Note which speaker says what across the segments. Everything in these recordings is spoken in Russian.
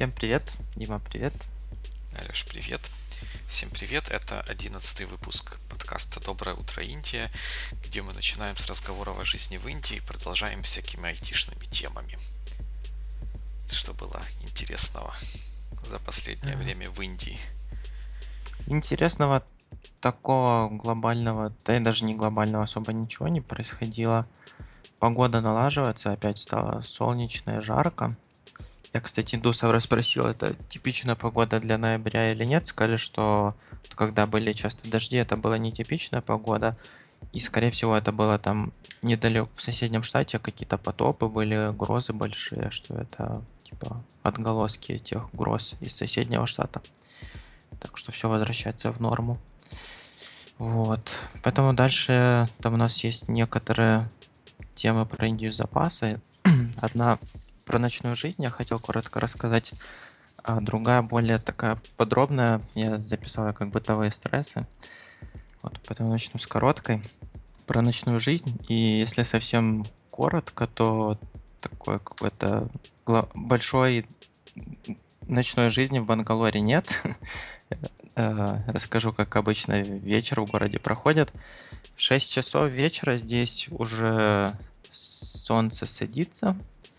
Speaker 1: Всем привет, Дима, привет.
Speaker 2: Алеш, привет. Всем привет. Это 11-й выпуск подкаста «Доброе утро, Индия», где мы начинаем с разговоров о жизни в Индии и продолжаем всякими айтишными темами. Что было интересного за последнее время в Индии?
Speaker 1: Интересного такого глобального, да и даже не глобального особо ничего не происходило. Погода налаживается, опять стало солнечно и жарко. Я, кстати, индусов расспросил, это типичная погода для ноября или нет. Сказали, что когда были часто дожди, это была нетипичная погода. И, скорее всего, это было там недалеко в соседнем штате, какие-то потопы были, грозы большие, что это типа отголоски тех гроз из соседнего штата. Так что все возвращается в норму. Вот. Поэтому дальше там у нас есть некоторые темы про Индию запасы. Одна про ночную жизнь я хотел коротко рассказать, а другая более такая подробная. Я записал как бытовые стрессы. Вот, поэтому начну с короткой. Про ночную жизнь. И если совсем коротко, то такой какой-то большой ночной жизни в Бангалоре нет. Расскажу, как обычно вечер в городе проходит. В 6 часов вечера здесь уже солнце садится.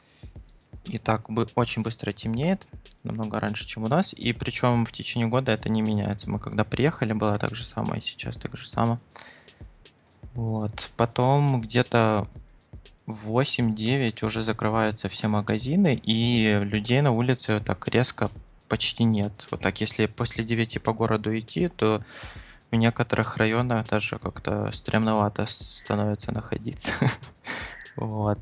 Speaker 1: И так очень быстро темнеет, намного раньше, чем у нас. И причем в течение года это не меняется. Мы когда приехали, было так же самое, и сейчас так же самое. Вот. Потом где-то в 8-9 уже закрываются все магазины, и людей на улице так резко почти нет. Вот так, если после 9 по городу идти, то в некоторых районах даже как-то стремновато становится находиться. Вот.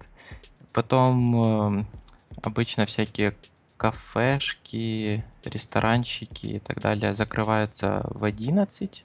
Speaker 1: Потом обычно всякие кафешки, ресторанчики и так далее закрываются в 11.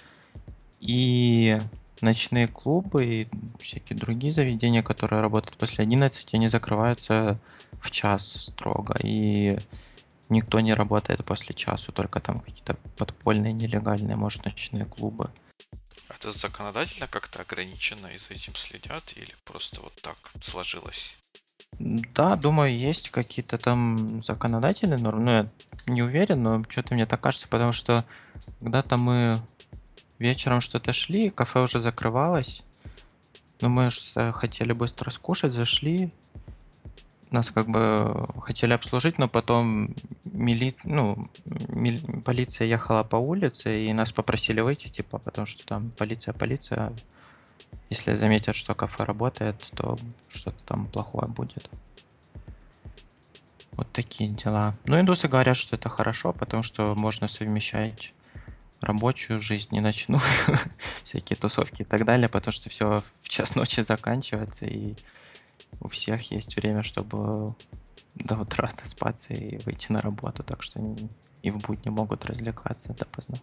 Speaker 1: И ночные клубы и всякие другие заведения, которые работают после 11, они закрываются в час строго. И никто не работает после часу, только там какие-то подпольные, нелегальные, может, ночные клубы.
Speaker 2: Это законодательно как-то ограничено и за этим следят или просто вот так сложилось?
Speaker 1: Да, думаю, есть какие-то там законодательные нормы. Ну, я не уверен, но что-то мне так кажется, потому что когда-то мы вечером что-то шли, кафе уже закрывалось, но мы что-то хотели быстро скушать, зашли, нас как бы хотели обслужить, но потом полиция ехала по улице, и нас попросили выйти, типа, потому что там полиция. Если заметят, что кафе работает, то что-то там плохое будет. Вот такие дела. Ну, индусы говорят, что это хорошо, потому что можно совмещать рабочую жизнь и ночную, всякие тусовки и так далее, потому что все в час ночи заканчивается, и у всех есть время, чтобы до утра отоспаться и выйти на работу, так что они и в будни могут развлекаться допоздна.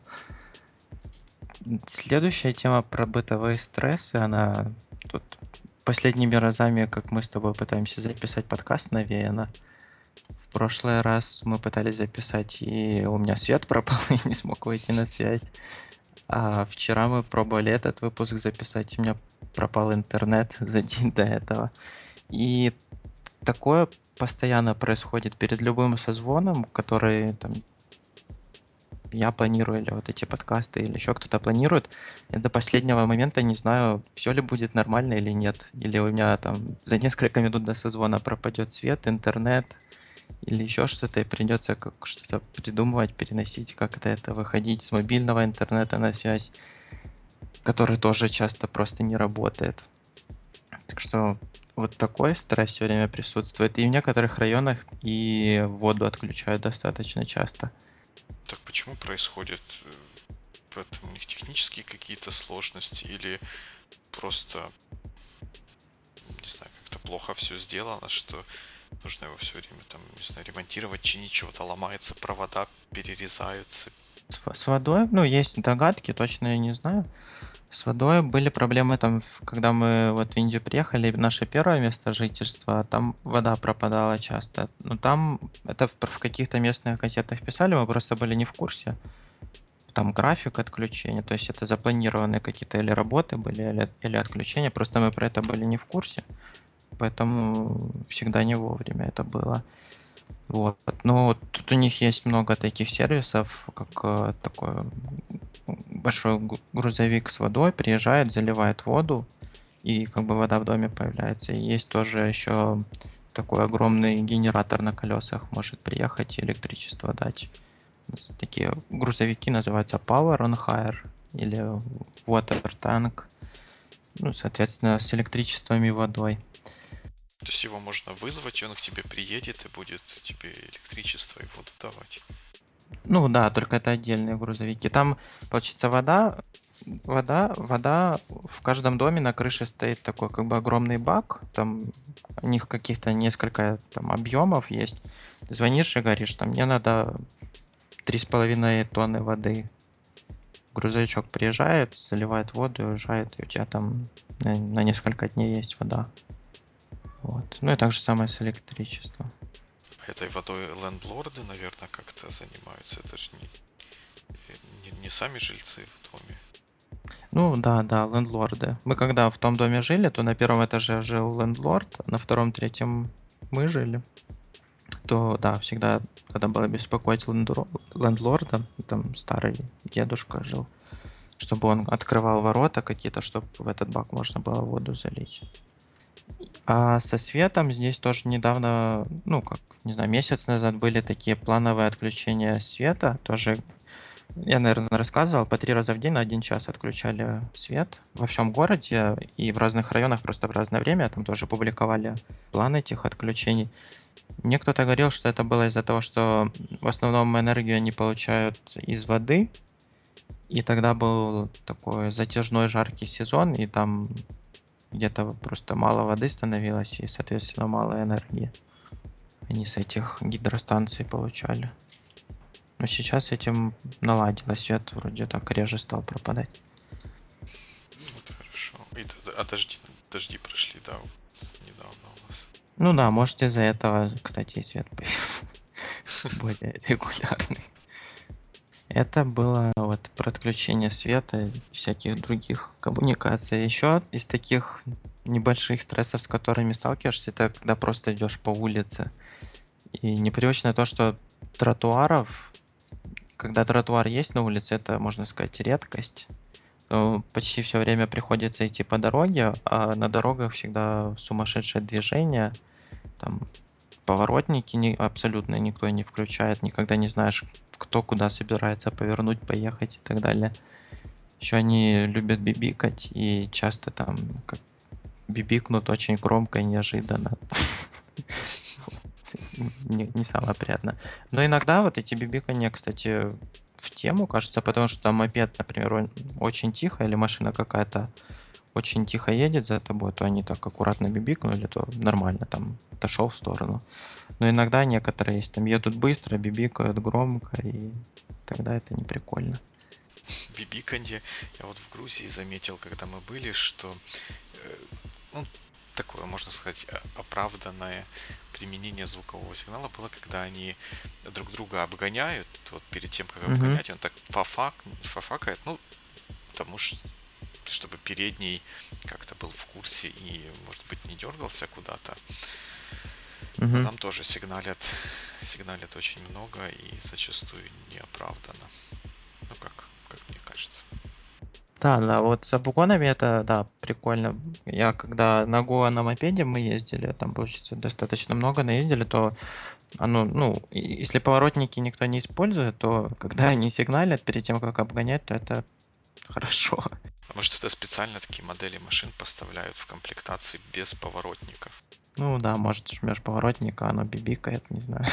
Speaker 1: Следующая тема про бытовые стрессы, она тут последними разами, как мы с тобой пытаемся записать подкаст, навеяна. В прошлый раз мы пытались записать, и у меня свет пропал, и не смог выйти на связь. А вчера мы пробовали этот выпуск записать, у меня пропал интернет за день до этого. И такое постоянно происходит перед любым созвоном, который там я планирую, или вот эти подкасты, или еще кто-то планирует. Я до последнего момента не знаю, все ли будет нормально или нет. Или у меня там за несколько минут до созвона пропадет свет, интернет, или еще что-то, и придется как что-то придумывать, переносить, как-то это выходить с мобильного интернета на связь, который тоже часто просто не работает. Так что вот такой стресс все время присутствует. И в некоторых районах и воду отключают достаточно часто.
Speaker 2: Так почему происходит? Поэтому у них технические какие-то сложности или просто, не знаю, как-то плохо все сделано, что нужно его все время там, не знаю, ремонтировать, чинить, чего-то ломается, провода перерезаются.
Speaker 1: С водой, ну, есть догадки, точно я не знаю. С водой были проблемы там, когда мы вот в Индию приехали, наше первое место жительства, там вода пропадала часто. Но там это в каких-то местных газетах писали, мы просто были не в курсе. Там график отключения, то есть это запланированные какие-то или работы были, или отключения, просто мы про это были не в курсе, поэтому всегда не вовремя это было. Вот. Но тут у них есть много таких сервисов, как такой большой грузовик с водой приезжает, заливает воду, и как бы вода в доме появляется. И есть тоже еще такой огромный генератор на колесах, может приехать и электричество дать. Такие грузовики называются Power on Hire или Water Tank. Ну, соответственно, с электричеством и водой.
Speaker 2: То есть его можно вызвать, и он к тебе приедет и будет тебе электричество и воду давать.
Speaker 1: Ну да, только это отдельные грузовики. Там, получается, вода в каждом доме на крыше стоит такой как бы огромный бак. Там у них каких-то несколько там объемов есть. Ты звонишь и говоришь, там мне надо 3,5 тонны воды. Грузовичок приезжает, заливает воду и уезжает, и у тебя там на несколько дней есть вода. Вот. Ну и так же самое с электричеством.
Speaker 2: А этой водой лендлорды, наверное, как-то занимаются. Это же не сами жильцы в доме.
Speaker 1: Ну да, лендлорды. Мы когда в том доме жили, то на первом этаже жил лендлорд, на втором, третьем мы жили. То да, всегда надо было беспокоить лендлорда, там старый дедушка жил, чтобы он открывал ворота какие-то, чтобы в этот бак можно было воду залить. А со светом здесь тоже недавно, ну как, не знаю, месяц назад были такие плановые отключения света. Тоже, я, наверное, рассказывал, по 3 раза в день на 1 час отключали свет во всем городе и в разных районах просто в разное время. Там тоже публиковали план этих отключений. Мне кто-то говорил, что это было из-за того, что в основном энергию они получают из воды, и тогда был такой затяжной жаркий сезон, и там где-то просто мало воды становилось, и, соответственно, мало энергии. Они с этих гидростанций получали. Но сейчас этим наладилось, свет вроде так реже стал пропадать.
Speaker 2: Вот хорошо. Дожди прошли, да, вот недавно у вас.
Speaker 1: Ну да, может из-за этого, кстати, и свет появился более регулярный. Это было вот про отключение света и всяких других коммуникаций. Еще из таких небольших стрессов, с которыми сталкиваешься, это когда просто идешь по улице. И непривычно то, что когда тротуар есть на улице, это, можно сказать, редкость. То почти все время приходится идти по дороге, а на дорогах всегда сумасшедшее движение. Там поворотники абсолютно никто не включает, никогда не знаешь, кто куда собирается повернуть, поехать и так далее. Еще они любят бибикать, и часто там как бибикнут очень громко и неожиданно. Не самое приятное. Но иногда вот эти бибикания, кстати, в тему, кажется, потому что там мопед, например, он очень тихо, или машина какая-то очень тихо едет за тобой, то они так аккуратно бибикнули, то нормально, там, отошел в сторону. Но иногда некоторые есть, там едут быстро, бибикают громко, и тогда это не прикольно.
Speaker 2: Бибиканье. Я вот в Грузии заметил, когда мы были, что ну, такое, можно сказать, оправданное применение звукового сигнала было, когда они друг друга обгоняют. Вот перед тем, как обгонять, он так фафакает, ну, потому что чтобы передний как-то был в курсе и, может быть, не дергался куда-то. Но там тоже сигналят очень много и зачастую неоправданно. Ну, как мне кажется.
Speaker 1: Да, вот с обгонами это, да, прикольно. Я когда на Гоа на мопеде мы ездили, там, получается, достаточно много наездили, то оно, ну, если поворотники никто не использует, то когда они сигналят перед тем, как обгонять, то это хорошо.
Speaker 2: А может, это специально такие модели машин поставляют в комплектации без поворотников?
Speaker 1: Ну да, может, жмешь поворотник, а оно бибикает, не знаю.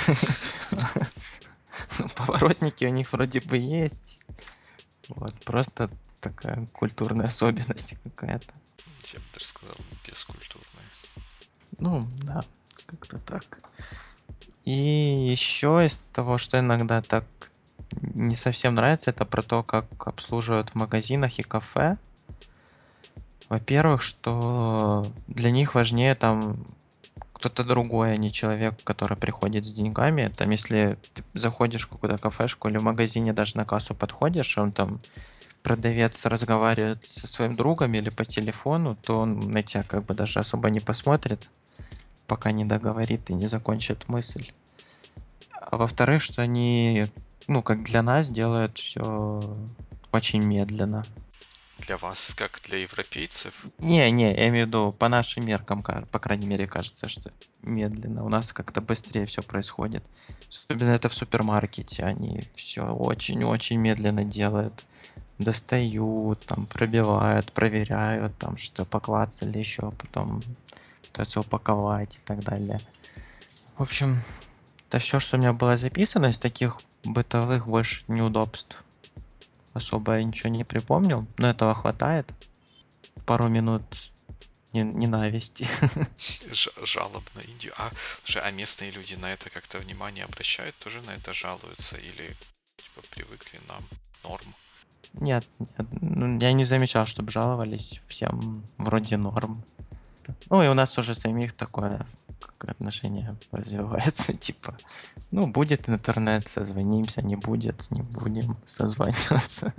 Speaker 1: Ну, поворотники у них вроде бы есть. Вот, просто такая культурная особенность какая-то.
Speaker 2: Я бы даже сказал, бескультурная.
Speaker 1: Ну, да, как-то так. И еще из того, что иногда так не совсем нравится, это про то, как обслуживают в магазинах и кафе. Во-первых, что для них важнее там кто-то другой, а не человек, который приходит с деньгами. Там, если ты заходишь в какую-то кафешку или в магазине даже на кассу подходишь, он там продавец разговаривает со своим другом или по телефону, то он на тебя как бы даже особо не посмотрит, пока не договорит и не закончит мысль. А во-вторых, что они, ну, как для нас, делают все очень медленно.
Speaker 2: Для вас, как для европейцев?
Speaker 1: Не, я имею в виду, по нашим меркам, по крайней мере, кажется, что медленно. У нас как-то быстрее все происходит. Особенно это в супермаркете. Они все очень-очень медленно делают. Достают, там, пробивают, проверяют, там, что поклацали еще, потом пытаются упаковать и так далее. В общем, это все, что у меня было записано из таких бытовых больше неудобств. Особо я ничего не припомнил, но этого хватает. Пару минут ненависти.
Speaker 2: Жалоб на Индию. Слушай, а местные люди на это как-то внимание обращают, тоже на это жалуются или типа привыкли нам норм?
Speaker 1: Нет, ну, я не замечал, чтобы жаловались. Всем вроде норм. Ну и у нас уже самих такое как отношение развивается. Типа, ну, будет интернет, созвонимся, не будет, не будем созваниваться.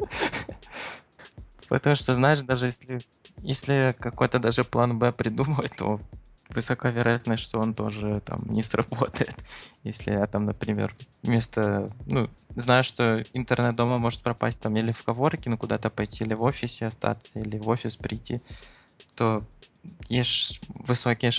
Speaker 1: Потому что, знаешь, даже если какой-то даже план Б придумывать, то высока вероятность, что он тоже там не сработает. Если я там, например, ну, знаю, что интернет дома может пропасть там или в коворкинг куда-то пойти, или в офисе остаться, или в офис прийти, то есть высокие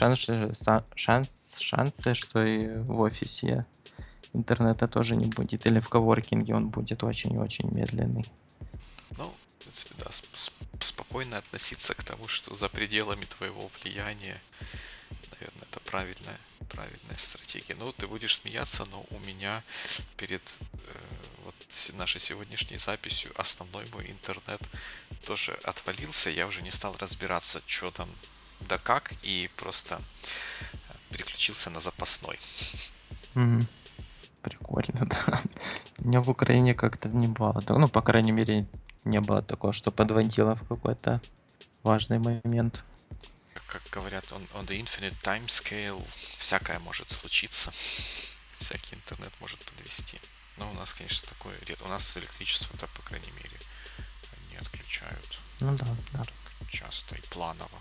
Speaker 1: шансы, что и в офисе интернета тоже не будет, или в коворкинге он будет очень-очень медленный.
Speaker 2: Ну, в принципе, да, спокойно относиться к тому, что за пределами твоего влияния, наверное, это правильная стратегия. Ну, ты будешь смеяться, но у меня перед вот нашей сегодняшней записью основной мой интернет тоже отвалился. Я уже не стал разбираться, что там да как, и просто переключился на запасной.
Speaker 1: Мгм. Прикольно, да. У меня в Украине как-то не было. Ну, по крайней мере, не было такого, что подводило в какой-то важный момент.
Speaker 2: Как говорят, on the infinite time scale всякое может случиться. Всякий интернет может подвести. Но у нас, конечно, такое... У нас электричество-то, по крайней мере, не отключают
Speaker 1: Ну да, да.
Speaker 2: так часто и планово.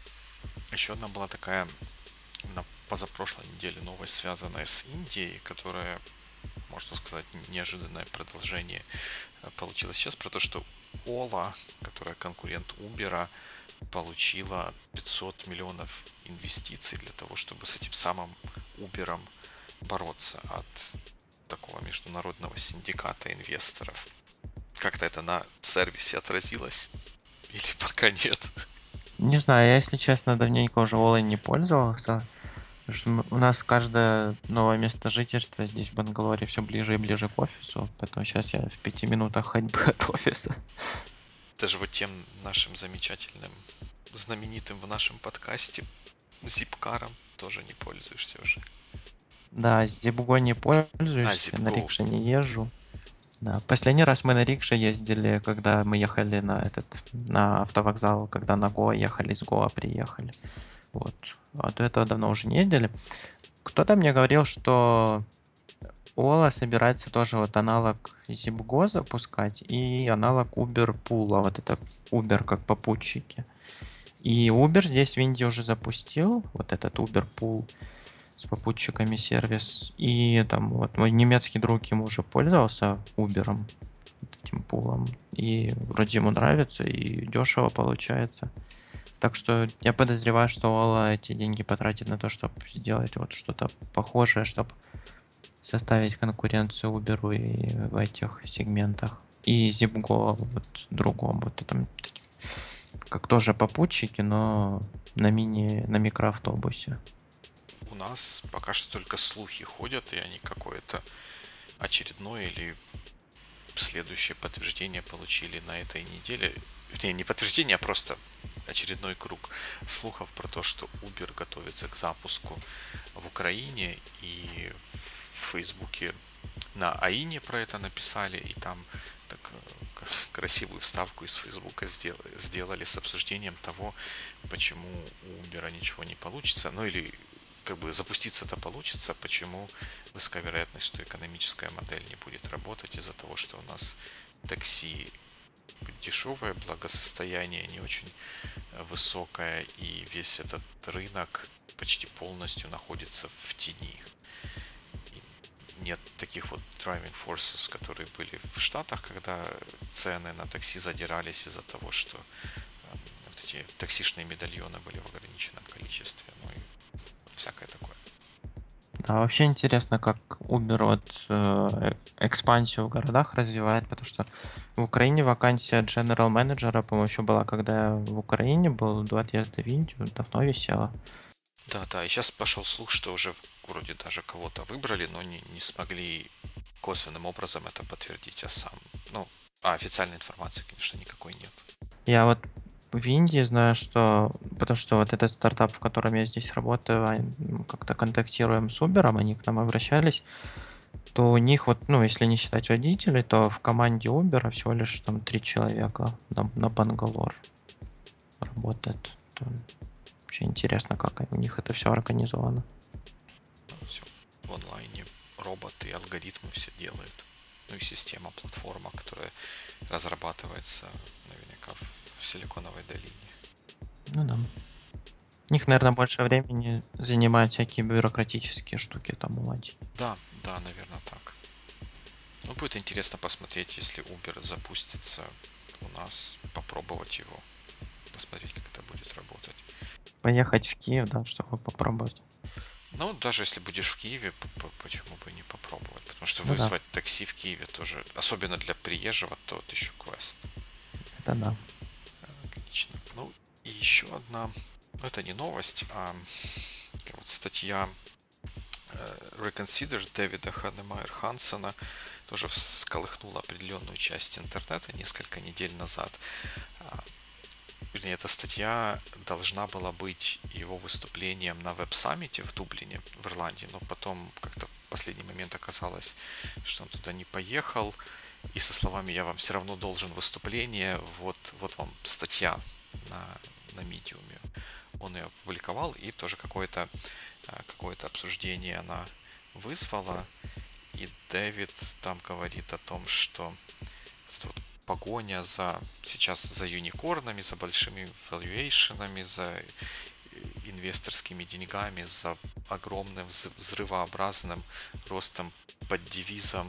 Speaker 2: Еще одна была такая на позапрошлой неделе новость, связанная с Индией, которая, можно сказать, неожиданное продолжение получилось сейчас, про то, что Ola, которая конкурент Uber, получила 500 миллионов инвестиций для того, чтобы с этим самым Uber бороться от такого международного синдиката инвесторов. Как-то это на сервисе отразилось? Или пока нет?
Speaker 1: Не знаю, я, если честно, давненько уже Олой не пользовался. Потому что у нас каждое новое место жительства здесь, в Бангалоре, все ближе и ближе к офису. Поэтому сейчас я в 5 минутах ходьбы от офиса.
Speaker 2: Даже вот тем нашим замечательным, знаменитым в нашем подкасте зипкаром тоже не пользуешься уже.
Speaker 1: Да, Зибугой не пользуюсь, на
Speaker 2: Zipgo.
Speaker 1: рикше не езжу. Да, последний раз мы на рикше ездили, когда мы ехали на автовокзал, когда на Гоа ехали, из Гоа приехали. Вот. А до этого давно уже не ездили. Кто-то мне говорил, что Ола собирается тоже вот аналог Zipgo запускать и аналог Uber Pool, вот это Uber как попутчики. И Uber здесь в Индии уже запустил вот этот Uber Pool с попутчиками сервис. И там вот мой немецкий друг ему уже пользовался Uber'ом, этим пулом. И вроде ему нравится, и дешево получается. Так что я подозреваю, что Ола эти деньги потратит на то, чтобы сделать вот что-то похожее, чтобы составить конкуренцию Uber и в этих сегментах. И Zipgo вот другом, вот этом как тоже попутчики, но на микроавтобусе.
Speaker 2: У нас пока что только слухи ходят, и они какое-то очередное или следующее подтверждение получили на этой неделе. Вернее, не подтверждение, а просто очередной круг слухов про то, что Uber готовится к запуску в Украине, и в Фейсбуке на Аине про это написали, и там так красивую вставку из Фейсбука сделали с обсуждением того, почему у Uber ничего не получится, ну или как бы запуститься-то получится, почему высокая вероятность, что экономическая модель не будет работать из-за того, что у нас такси дешевое, благосостояние не очень высокое, и весь этот рынок почти полностью находится в тени. И нет таких вот driving forces, которые были в Штатах, когда цены на такси задирались из-за того, что вот эти таксишные медальоны были в ограниченном количестве, ну и всякое такое.
Speaker 1: Да, вообще интересно, как Uber вот экспансию в городах развивает, потому что в Украине вакансия General менеджера, по-моему, еще была, когда я в Украине был до отъезда в Индию, давно висела.
Speaker 2: Да, да, и сейчас пошел слух, что уже вроде даже кого-то выбрали, но не смогли косвенным образом это подтвердить, а сам, ну, официальной информации, конечно, никакой нет.
Speaker 1: Я вот в Индии знаю, что... Потому что вот этот стартап, в котором я здесь работаю, как-то контактируем с Uber, они к нам обращались, то у них вот, ну, если не считать водителей, то в команде Uber всего лишь там 3 человека на Бангалор работает. То вообще интересно, как у них это все организовано.
Speaker 2: Ну, все в онлайне, роботы, алгоритмы все делают. Ну и система, платформа, которая разрабатывается наверняка в Силиконовой долине.
Speaker 1: Ну да. У них, наверное, больше времени занимают всякие бюрократические штуки там уладить.
Speaker 2: Да, да, наверное, так. Ну, будет интересно посмотреть, если Uber запустится у нас, попробовать его, посмотреть, как это будет работать.
Speaker 1: Поехать в Киев, да, чтобы попробовать.
Speaker 2: Ну, даже если будешь в Киеве, почему бы не попробовать? Потому что
Speaker 1: Ну да,
Speaker 2: вызвать такси в Киеве тоже, особенно для приезжего, то это еще квест.
Speaker 1: это да.
Speaker 2: Отлично. Ну, и еще одна, ну, это не новость, а вот статья Reconsider Дэвида Ханемайер Хансена тоже всколыхнула определенную часть интернета несколько недель назад. Вернее, эта статья должна была быть его выступлением на веб-саммите в Дублине, в Ирландии, но потом как-то в последний момент оказалось, что он туда не поехал, и со словами «я вам все равно должен выступление», вот вам статья на Medium. Он ее опубликовал, и тоже какое-то обсуждение она вызвала, и Дэвид там говорит о том, что вот погоня сейчас за юникорнами, за большими valuation'ами, за инвесторскими деньгами, за огромным взрывообразным ростом под девизом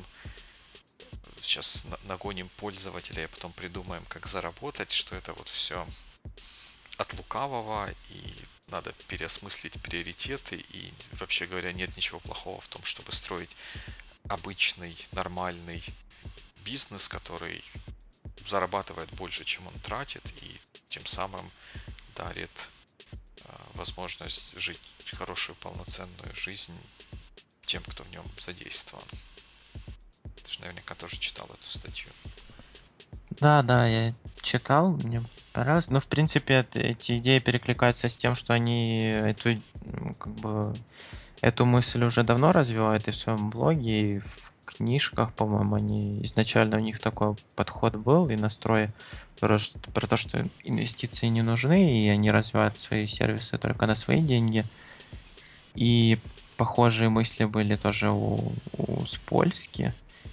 Speaker 2: сейчас нагоним пользователя, а потом придумаем, как заработать, что это вот все от лукавого, и надо переосмыслить приоритеты, и, вообще говоря, нет ничего плохого в том, чтобы строить обычный, нормальный бизнес, который зарабатывает больше, чем он тратит, и тем самым дарит возможность жить хорошую, полноценную жизнь тем, кто в нем задействован. Ты же наверняка тоже читал эту статью.
Speaker 1: Да, да, я читал, мне понравилось. Но, в принципе, эти идеи перекликаются с тем, что они как бы, эту мысль уже давно развивают и в своем блоге, и в книжках, по-моему, они изначально у них такой подход был и настрой про то, что инвестиции не нужны, и они развивают свои сервисы только на свои деньги. И похожие мысли были тоже у Спольски.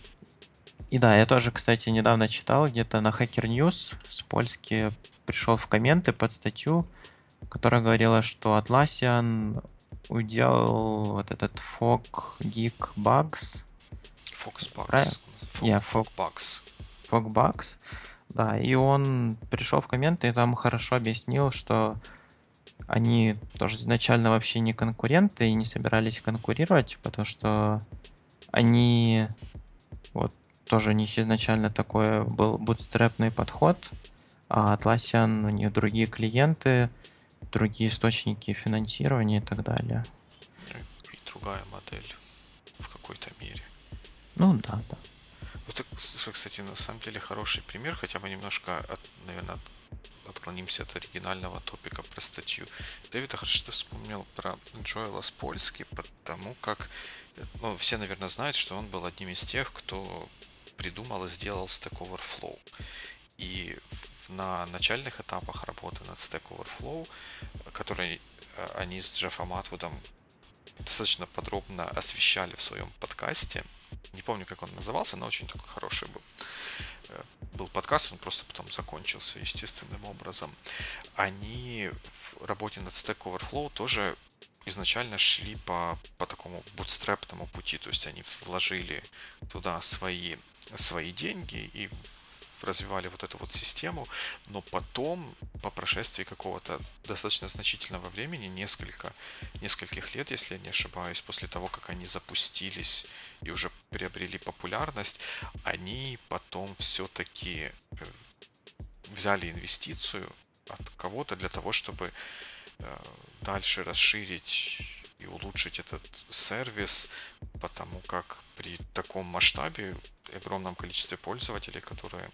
Speaker 1: И да, я тоже, кстати, недавно читал где-то на Hacker News с Польски пришел в комменты под статью, которая говорила, что Atlassian уделал вот этот Fog Geek Bugs. Правильно?
Speaker 2: Foxbugs.
Speaker 1: Yeah,
Speaker 2: Fogbugs.
Speaker 1: Fog Bugs. Да, и он пришел в комменты и там хорошо объяснил, что они тоже изначально вообще не конкуренты и не собирались конкурировать, потому что они вот тоже у них изначально такой был бутстрепный подход, а Atlassian, у них другие клиенты, другие источники финансирования и так далее.
Speaker 2: И другая модель в какой-то мере.
Speaker 1: Ну да, да.
Speaker 2: Вот это, кстати, на самом деле хороший пример, хотя мы немножко, наверное, отклонимся от оригинального топика про статью. Дэвид, хорошо, что ты вспомнил про Джоэла Спольски, потому как, ну, все, наверное, знают, что он был одним из тех, кто придумал и сделал Stack Overflow. И на начальных этапах работы над Stack Overflow, который они с Джеффом Атвудом достаточно подробно освещали в своем подкасте. Не помню, как он назывался, но очень такой хороший был подкаст, он просто потом закончился естественным образом. Они в работе над Stack Overflow тоже изначально шли по такому бутстрепному пути, то есть они вложили туда свои деньги и развивали вот эту вот систему, но потом, по прошествии какого-то достаточно значительного времени, нескольких лет, если я не ошибаюсь, после того, как они запустились и уже приобрели популярность, они потом все-таки взяли инвестицию от кого-то для того, чтобы дальше расширить и улучшить этот сервис, потому как при таком масштабе и огромном количестве пользователей, которые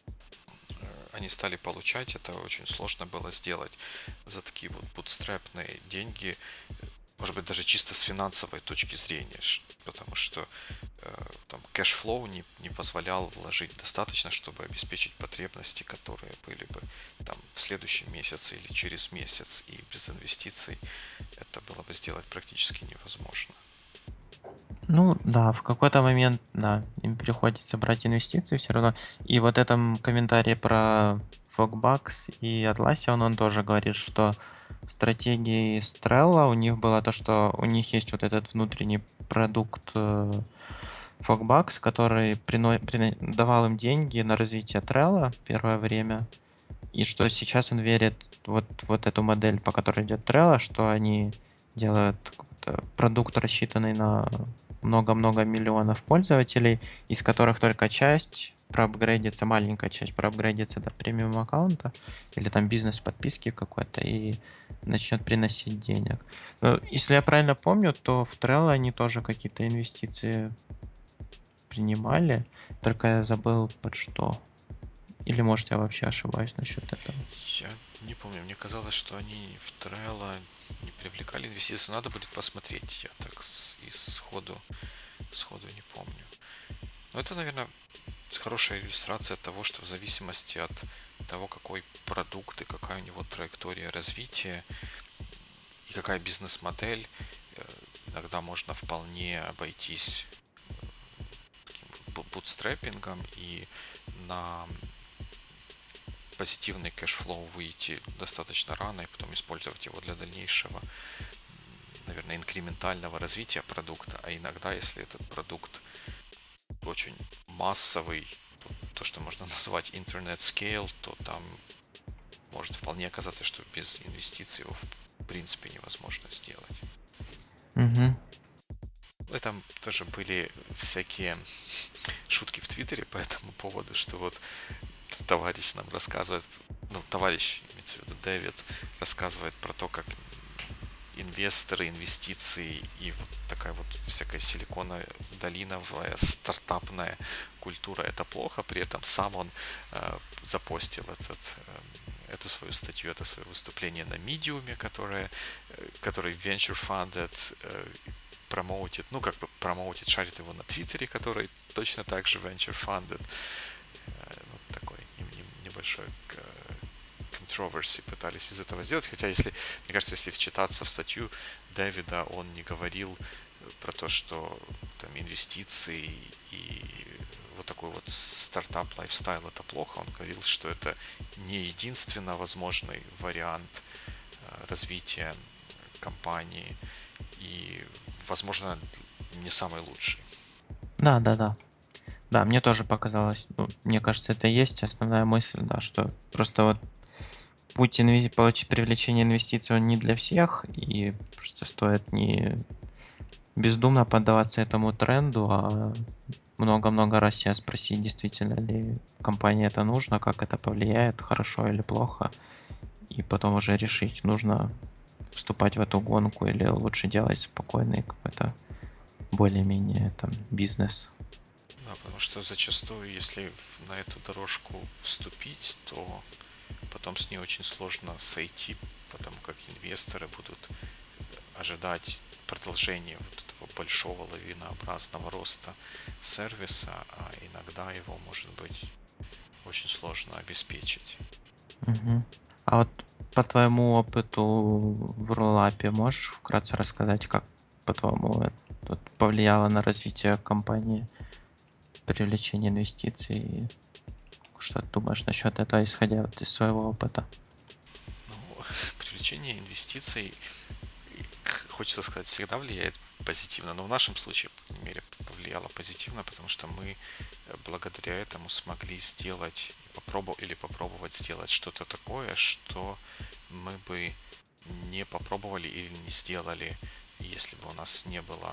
Speaker 2: они стали получать, это очень сложно было сделать за такие вот бутстрепные деньги, может быть, даже чисто с финансовой точки зрения, потому что там кэшфлоу не позволял вложить достаточно, чтобы обеспечить потребности, которые были бы там в следующем месяце или через месяц, и без инвестиций это было бы сделать практически невозможно.
Speaker 1: Ну да, в какой-то момент, да, им приходится брать инвестиции все равно. И вот этом комментарии про Fogbucks и Atlassian, он тоже говорит, что стратегией Strella у них было то, что у них есть вот этот внутренний продукт Fogbucks, который давал им деньги на развитие Trello первое время, и что сейчас он верит вот эту модель, по которой идет Trello, что они делают какой-то продукт, рассчитанный на много-много миллионов пользователей, из которых только часть проапгрейдится, маленькая часть проапгрейдится до премиум аккаунта или там бизнес подписки какой-то и начнет приносить денег. Но, если я правильно помню, то в Trello они тоже какие-то инвестиции принимали, только я забыл под что. Или может я вообще ошибаюсь насчет этого.
Speaker 2: Я не помню, мне казалось, что они в Trello не привлекали инвестиции. Надо будет посмотреть, я так сходу не помню. Но это, наверное, хорошая иллюстрация того, что в зависимости от того, какой продукт и какая у него траектория развития и какая бизнес-модель, иногда можно вполне обойтись бутстрепингом и на позитивный кэшфлоу выйти достаточно рано и потом использовать его для дальнейшего, наверное, инкрементального развития продукта. А иногда, если этот продукт очень массовый, то, что можно назвать internet scale, то там может вполне оказаться, что без инвестиций его в принципе невозможно сделать.
Speaker 1: Угу.
Speaker 2: И там тоже были всякие шутки в Твиттере по этому поводу, что вот товарищ нам рассказывает, ну, товарищ, имеется в виду Дэвид, рассказывает про то, как инвесторы, инвестиции и вот такая вот всякая силиконо-долиновая стартапная культура — это плохо, при этом сам он запостил эту свою статью, это свое выступление на Medium, который venture funded, промоутит, ну как бы промоутит, шарит его на Твиттере, который точно так же venture funded. Вот такой небольшой controversy пытались из этого сделать, хотя если, мне кажется, если вчитаться в статью Дэвида, он не говорил про то, что там инвестиции и вот такой вот стартап лайфстайл это плохо. Он говорил, что это не единственно возможный вариант развития компании и, возможно, не самый лучший.
Speaker 1: Да, да, да. Да, мне тоже показалось, ну, мне кажется, это и есть основная мысль, да, что просто вот путь привлечения инвестиций, он не для всех, и просто стоит не бездумно поддаваться этому тренду, а много-много раз себя спросить, действительно ли компании это нужно, как это повлияет, хорошо или плохо, и потом уже решить, нужно вступать в эту гонку или лучше делать спокойный какой-то более-менее там бизнес.
Speaker 2: Да, потому что зачастую, если на эту дорожку вступить, то потом с ней очень сложно сойти, потому как инвесторы будут ожидать продолжения вот этого большого лавинообразного роста сервиса, а иногда его может быть очень сложно обеспечить.
Speaker 1: Мгм. А вот по твоему опыту в роллапе можешь вкратце рассказать, как, по-твоему, это вот повлияло на развитие компании привлечение инвестиций? И что ты думаешь насчет этого, исходя вот из своего опыта?
Speaker 2: Ну, привлечение инвестиций, хочется сказать, всегда влияет позитивно, но в нашем случае, по крайней мере, повлияло позитивно, потому что мы благодаря этому смогли сделать, попробовать сделать что-то такое, что мы бы не попробовали или не сделали, если бы у нас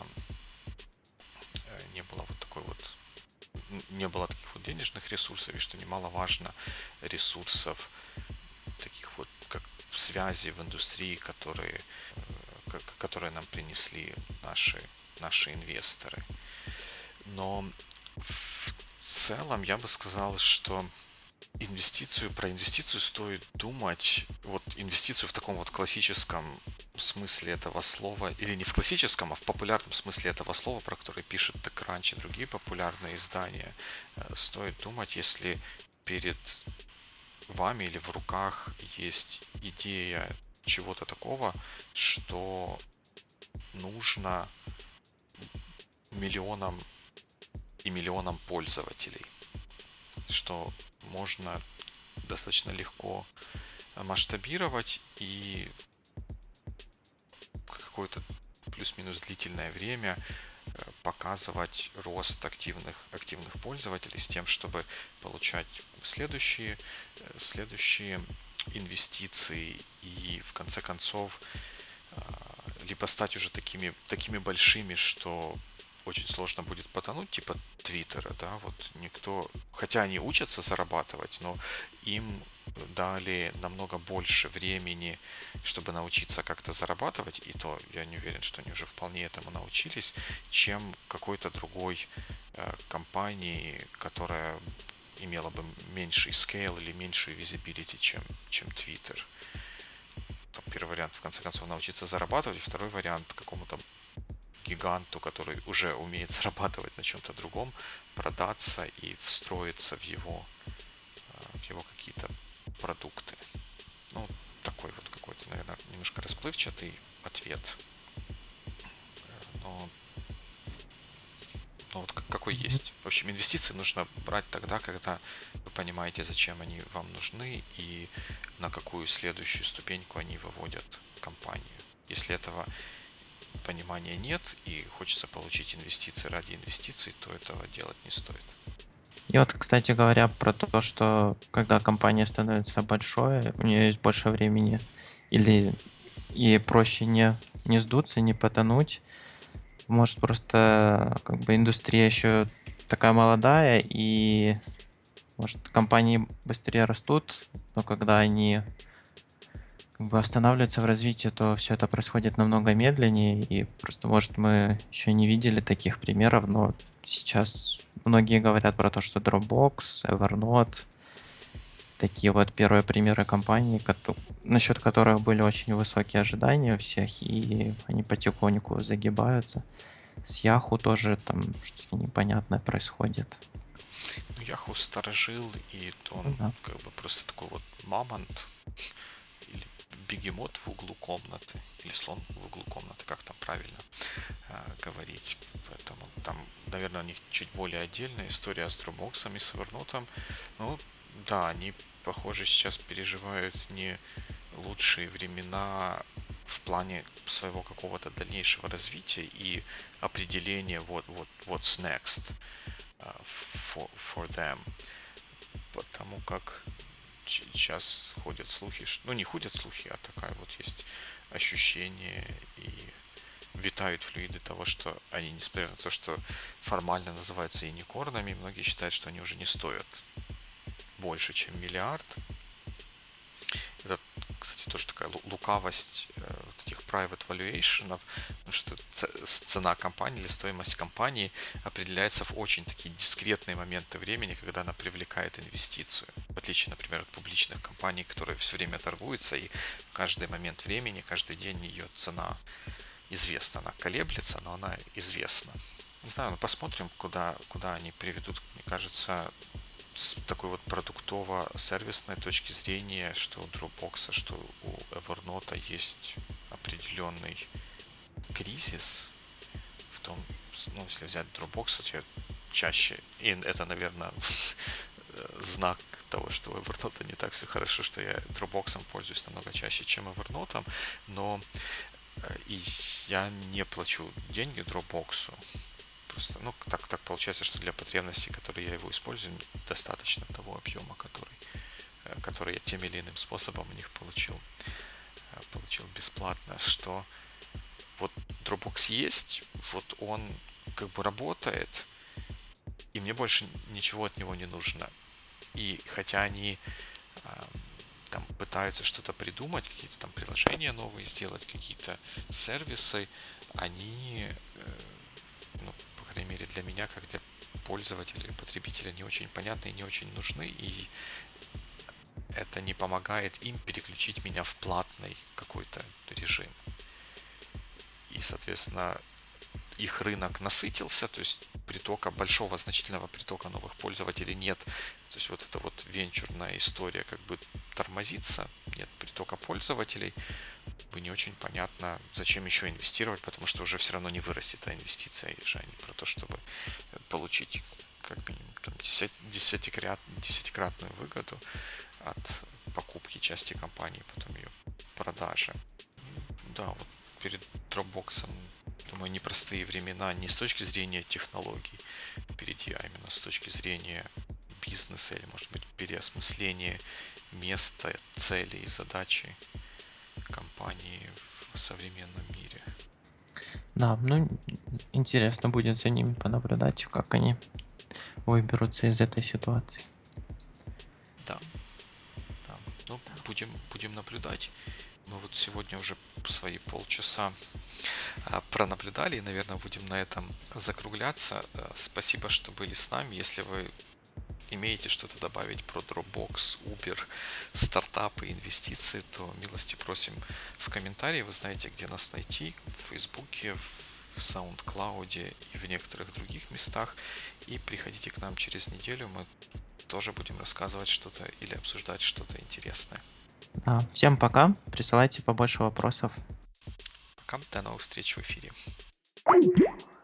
Speaker 2: не было вот такой вот не было таких вот денежных ресурсов, и что немаловажно, ресурсов таких вот как связи в индустрии, которые нам принесли наши инвесторы. Но в целом я бы сказал, что про инвестицию стоит думать, вот инвестицию в таком вот классическом смысле этого слова, или не в классическом, а в популярном смысле этого слова, про который пишет TechCrunch и другие популярные издания, стоит думать, если перед вами или в руках есть идея чего-то такого, что нужно миллионам и миллионам пользователей, что можно достаточно легко масштабировать и какое-то плюс-минус длительное время показывать рост активных пользователей с тем, чтобы получать следующие инвестиции и в конце концов либо стать уже такими большими, что очень сложно будет потонуть, типа Твиттера, да, вот никто, хотя они учатся зарабатывать, но им дали намного больше времени, чтобы научиться как-то зарабатывать, и то я не уверен, что они уже вполне этому научились, чем какой-то другой компании, которая имела бы меньший скейл или меньшую визибилити, чем Twitter. Там первый вариант, в конце концов, научиться зарабатывать, и второй вариант какому-то гиганту, который уже умеет зарабатывать на чем-то другом, продаться и встроиться в его какие-то продукты. Ну, такой вот какой-то, наверное, немножко расплывчатый ответ. Но вот какой есть. В общем, инвестиции нужно брать тогда, когда вы понимаете, зачем они вам нужны и на какую следующую ступеньку они выводят компанию. Если этого понимания нет и хочется получить инвестиции ради инвестиций, то этого делать не стоит.
Speaker 1: И вот, кстати говоря, про то, что когда компания становится большой, у нее есть больше времени, или ей проще не сдуться, не потонуть. Может, просто как бы индустрия еще такая молодая, и может компании быстрее растут, но когда они как бы останавливаются в развитии, то все это происходит намного медленнее, и просто, может, мы еще не видели таких примеров, но сейчас многие говорят про то, что Dropbox, Evernote, такие вот первые примеры компаний, насчет которых были очень высокие ожидания у всех, и они потихоньку загибаются. С Yahoo тоже там что-то непонятное происходит.
Speaker 2: Ну, Yahoo старожил, и
Speaker 1: Ну
Speaker 2: он
Speaker 1: да.
Speaker 2: как бы просто такой вот мамонт или бегемот в углу комнаты, или слон в углу комнаты, как там правильно говорить. Поэтому там, наверное, у них чуть более отдельная история с Dropbox и с Evernote. Ну, да, они, похоже, сейчас переживают не лучшие времена в плане своего какого-то дальнейшего развития и определения what's next for them. Потому как сейчас ходят слухи, ну не ходят слухи, а такая вот есть ощущение и витают флюиды того, что они, несмотря на то, что формально называются юникорнами, многие считают, что они уже не стоят больше, чем миллиард. Это, кстати, тоже такая лукавость вот этих private valuation, потому что цена компании или стоимость компании определяется в очень такие дискретные моменты времени, когда она привлекает инвестицию. В отличие, например, от публичных компаний, которые все время торгуются, и в каждый момент времени, каждый день ее цена известна. Она колеблется, но она известна. Не знаю, ну посмотрим, куда они приведут. Мне кажется, с такой вот продуктово-сервисной точки зрения, что у Dropbox, что у Evernote есть определенный кризис в том, ну, если взять Dropbox, вот я чаще, и это, наверное, знак того, что у Evernote не так все хорошо, что я Dropbox пользуюсь намного чаще, чем Evernote, но И я не плачу деньги Dropbox. Просто, ну, так получается, что для потребностей, которые я его использую, достаточно того объема, который я тем или иным способом у них получил бесплатно, что вот Dropbox есть, вот он как бы работает, и мне больше ничего от него не нужно. И хотя они там пытаются что-то придумать, какие-то там приложения новые сделать, какие-то сервисы, они, ну, по крайней мере для меня, как для пользователя или потребителя, не очень понятны и не очень нужны, и это не помогает им переключить меня в платный какой-то режим. И, соответственно, их рынок насытился, то есть большого значительного притока новых пользователей нет. То есть вот эта вот венчурная история как бы тормозится, нет притока пользователей, бы не очень понятно, зачем еще инвестировать, потому что уже все равно не вырастет, а инвестиция же не про то, чтобы получить как минимум там, десятикратную выгоду от покупки части компании, потом ее продажи. Да, вот перед Dropbox, думаю, непростые времена не с точки зрения технологий впереди, а именно с точки зрения бизнеса или, может быть, переосмысления места, целей и задачи компании в современном мире.
Speaker 1: Да, ну, интересно будет за ними понаблюдать, как они выберутся из этой ситуации.
Speaker 2: Да, да. Ну, будем наблюдать. Мы вот сегодня уже свои полчаса пронаблюдали, и, наверное, будем на этом закругляться. Спасибо, что были с нами. Если вы имеете что-то добавить про Dropbox, Uber, стартапы, инвестиции, то милости просим в комментарии. Вы знаете, где нас найти. В Фейсбуке, в SoundCloud и в некоторых других местах. И приходите к нам через неделю. Мы тоже будем рассказывать что-то или обсуждать что-то интересное.
Speaker 1: Да, всем пока. Присылайте побольше вопросов.
Speaker 2: Пока. До новых встреч в эфире.